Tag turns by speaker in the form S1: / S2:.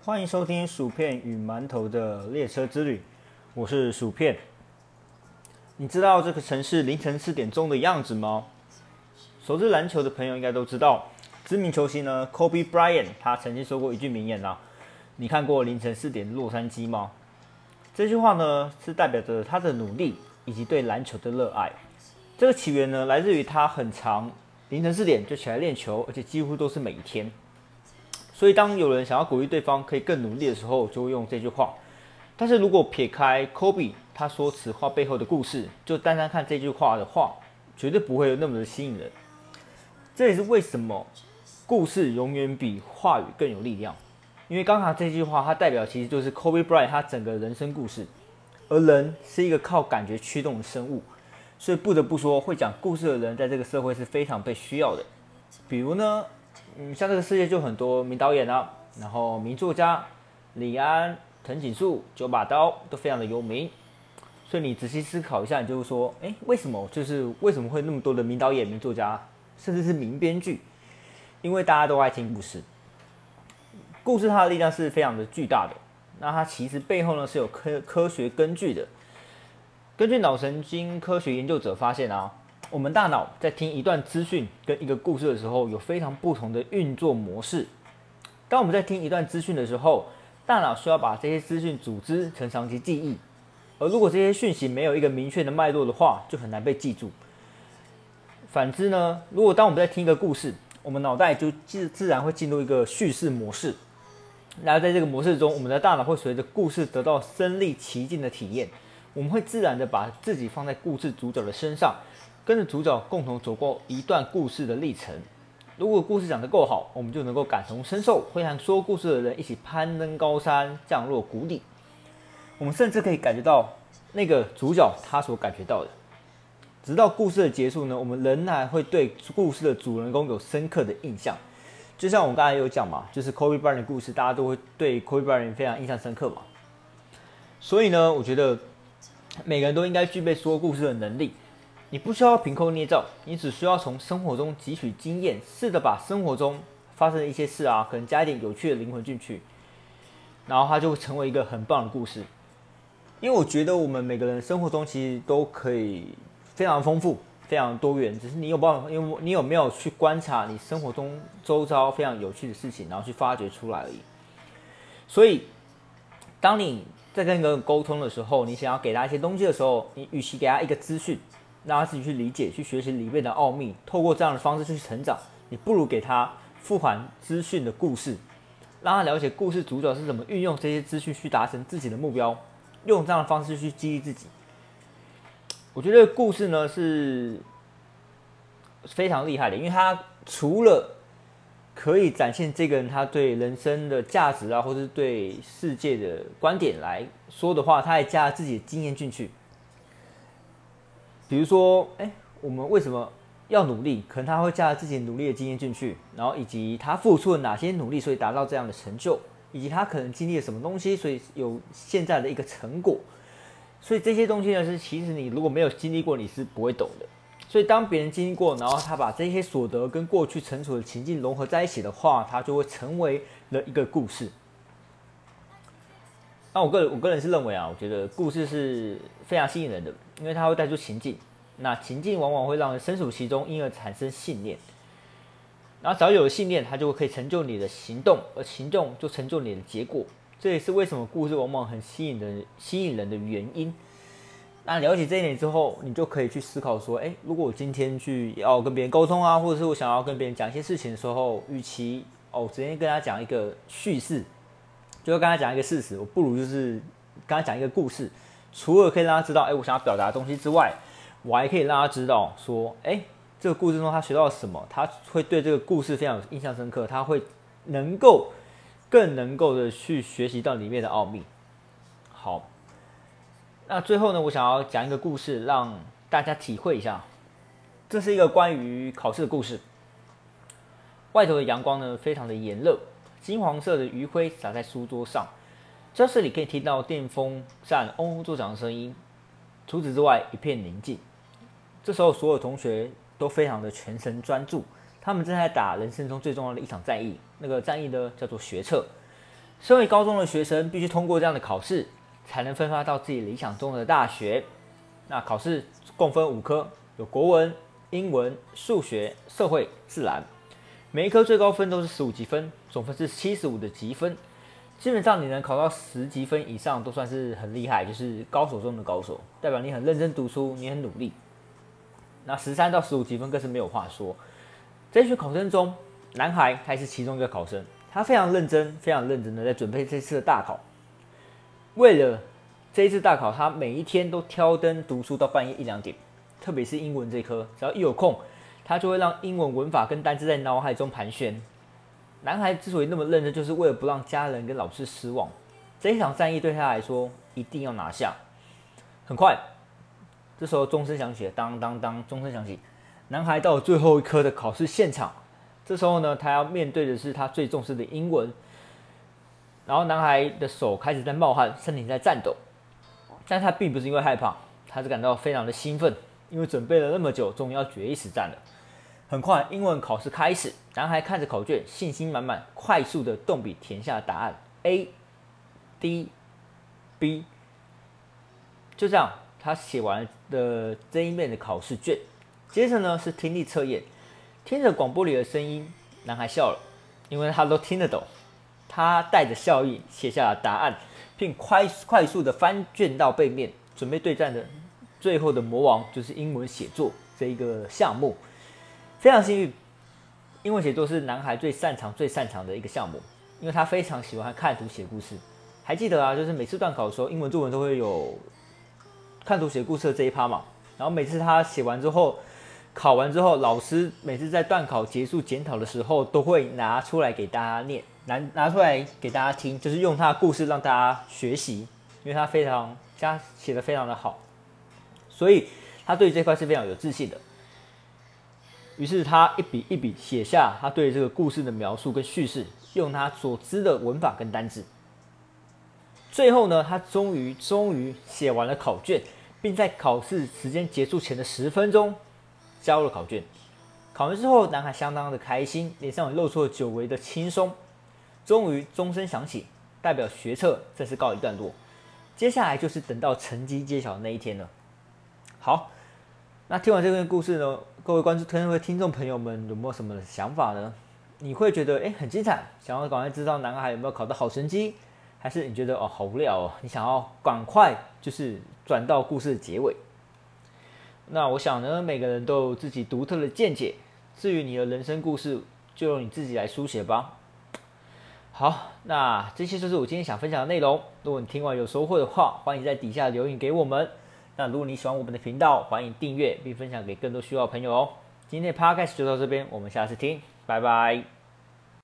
S1: 欢迎收听薯片与馒头的列车之旅，我是薯片。你知道这个城市凌晨4点钟的样子吗？熟知篮球的朋友应该都知道，知名球星呢 Kobe Bryant 他曾经说过一句名言啊，你看过凌晨4点的洛杉矶吗？这句话呢是代表着他的努力以及对篮球的热爱。这个起源呢来自于他很长凌晨4点就起来练球，而且几乎都是每一天。所以当有人想要鼓励对方可以更努力的时候，就会用这句话。但是如果撇开 Kobe 他说此话背后的故事，就单单看这句话的话，绝对不会有那么的吸引人。这也是为什么故事永远比话语更有力量。因为刚才这句话，它代表其实就是 Kobe Bryant 他整个人生故事。而人是一个靠感觉驱动的生物，所以不得不说，会讲故事的人在这个社会是非常被需要的。比如呢，像这个世界就很多名导演啊，然后名作家，李安、藤井树、九把刀都非常的有名。所以你仔细思考一下，你就会说，为什么会那么多的名导演、名作家，甚至是名编剧？因为大家都爱听故事，故事它的力量是非常的巨大的。那它其实背后呢是有科学根据的。根据脑神经科学研究者发现啊，我们大脑在听一段资讯跟一个故事的时候，有非常不同的运作模式。当我们在听一段资讯的时候，大脑需要把这些资讯组织成长期记忆，而如果这些讯息没有一个明确的脉络的话，就很难被记住。反之呢，如果当我们在听一个故事，我们脑袋就自然会进入一个叙事模式。然后在这个模式中，我们的大脑会随着故事得到身临其境的体验，我们会自然的把自己放在故事主角的身上，跟着主角共同走过一段故事的历程。如果故事讲得够好，我们就能够感同身受，会和说故事的人一起攀登高山，降落谷底。我们甚至可以感觉到那个主角他所感觉到的。直到故事的结束呢，我们仍然会对故事的主人公有深刻的印象。就像我刚才有讲嘛，就是 Kobe Bryant 的故事，大家都会对 Kobe Bryant 非常印象深刻嘛。所以呢，我觉得每个人都应该具备说故事的能力。你不需要凭空捏造，你只需要从生活中汲取经验，试着把生活中发生的一些事啊，可能加一点有趣的灵魂进去，然后它就会成为一个很棒的故事。因为我觉得我们每个人生活中其实都可以非常丰富、非常多元，只是你有没有去观察你生活中周遭非常有趣的事情，然后去发掘出来而已。所以，当你在跟一个人沟通的时候，你想要给他一些东西的时候，你与其给他一个资讯，让他自己去理解、去学习里面的奥秘，透过这样的方式去成长，你不如给他富含资讯的故事，让他了解故事主角是怎么运用这些资讯去达成自己的目标，用这样的方式去激励自己。我觉得故事呢是非常厉害的，因为它除了可以展现这个人他对人生的价值啊，或是对世界的观点来说的话，他还加了自己的经验进去。比如说，我们为什么要努力？可能他会加了自己努力的经验进去，然后以及他付出了哪些努力，所以达到这样的成就，以及他可能经历了什么东西，所以有现在的一个成果。所以这些东西呢，是其实你如果没有经历过，你是不会懂的。所以当别人经历过，然后他把这些所得跟过去成熟的情境融合在一起的话，它就会成为了一个故事。那我个人是认为啊，我觉得故事是非常吸引人的，因为它会带出情境。那情境往往会让人身处其中，因而产生信念。然后只要有了信念，它就可以成就你的行动，而行动就成就你的结果。这也是为什么故事往往很吸引人的原因。那了解这一点之后，你就可以去思考说，如果我今天要跟别人沟通啊，或者是我想要跟别人讲一些事情的时候，与其直接跟他讲一个叙事，就跟他讲一个事实，我不如就是跟他讲一个故事。除了可以让他知道，我想要表达的东西之外，我还可以让他知道说，这个故事中他学到了什么，他会对这个故事非常有印象深刻，他会更能够的去学习到里面的奥秘。好，那最后呢，我想要讲一个故事，让大家体会一下。这是一个关于考试的故事。外头的阳光呢，非常的炎热，金黄色的余晖洒在书桌上。教室里可以听到电风扇嗡嗡作响的声音。除此之外，一片宁静。这时候，所有同学都非常的全神专注，他们正在打人生中最重要的一场战役。那个战役呢，叫做学测。 身为高中的学生，必须通过这样的考试，才能分发到自己理想中的大学。那考试共分5科，有国文、英文、数学、社会、自然。每一科最高分都是15级分，总分是75的级分。基本上你能考到10级分以上，都算是很厉害，就是高手中的高手，代表你很认真读书，你很努力。那13到15级分更是没有话说。这一群考生中，男孩还是其中一个考生，他非常认真的在准备这次的大考。为了这一次大考，他每一天都挑灯读书到半夜1、2点，特别是英文这科，只要一有空，他就会让英文文法跟单字在脑海中盘旋。男孩之所以那么认真，就是为了不让家人跟老师失望。这一场战役对他来说一定要拿下。很快，这时候钟声响起了，当当当，钟声响起。男孩到了最后一科的考试现场，这时候呢，他要面对的是他最重视的英文。然后男孩的手开始在冒汗，身体在颤抖，但他并不是因为害怕，他是感到非常的兴奋，因为准备了那么久，终于要决一死战了。很快，英文考试开始。男孩看着考卷，信心满满，快速的动笔填下答案 A、D、B。就这样，他写完了这一面的考试卷。接着呢是听力测验，听着广播里的声音，男孩笑了，因为他都听得懂。他带着笑意写下了答案，并快速的翻卷到背面，准备对战的最后的魔王，就是英文写作这一个项目。非常幸运，英文写作是男孩最擅长的一个项目，因为他非常喜欢看图写故事。还记得啊，就是每次段考的时候，英文作文都会有看图写故事的这一趴嘛。然后每次他写完之后，考完之后，老师每次在段考结束检讨的时候，都会拿出来给大家念，拿出来给大家听，就是用他的故事让大家学习，因为他写得非常的好，所以他对这块是非常有自信的。于是他一笔一笔写下他对这个故事的描述跟叙事，用他所知的文法跟单字。最后呢，他终于写完了考卷，并在考试时间结束前的10分钟交了考卷。考完之后，男孩相当的开心，脸上也露出了久违的轻松。终于钟声响起，代表学测正式告一段落。接下来就是等到成绩揭晓的那一天了。好，那听完这个故事呢，各位听众朋友们有没有什么想法呢？你会觉得很精彩，想要赶快知道男孩有没有考到好成绩，还是你觉得好无聊哦，你想要赶快就是转到故事的结尾？那我想呢，每个人都有自己独特的见解，至于你的人生故事，就由你自己来书写吧。好，那这些就是我今天想分享的内容。如果你听完有收获的话，欢迎在底下留言给我们。那如果你喜欢我们的频道，欢迎订阅并分享给更多需要的朋友哦。今天的 podcast 就到这边，我们下次听，拜拜。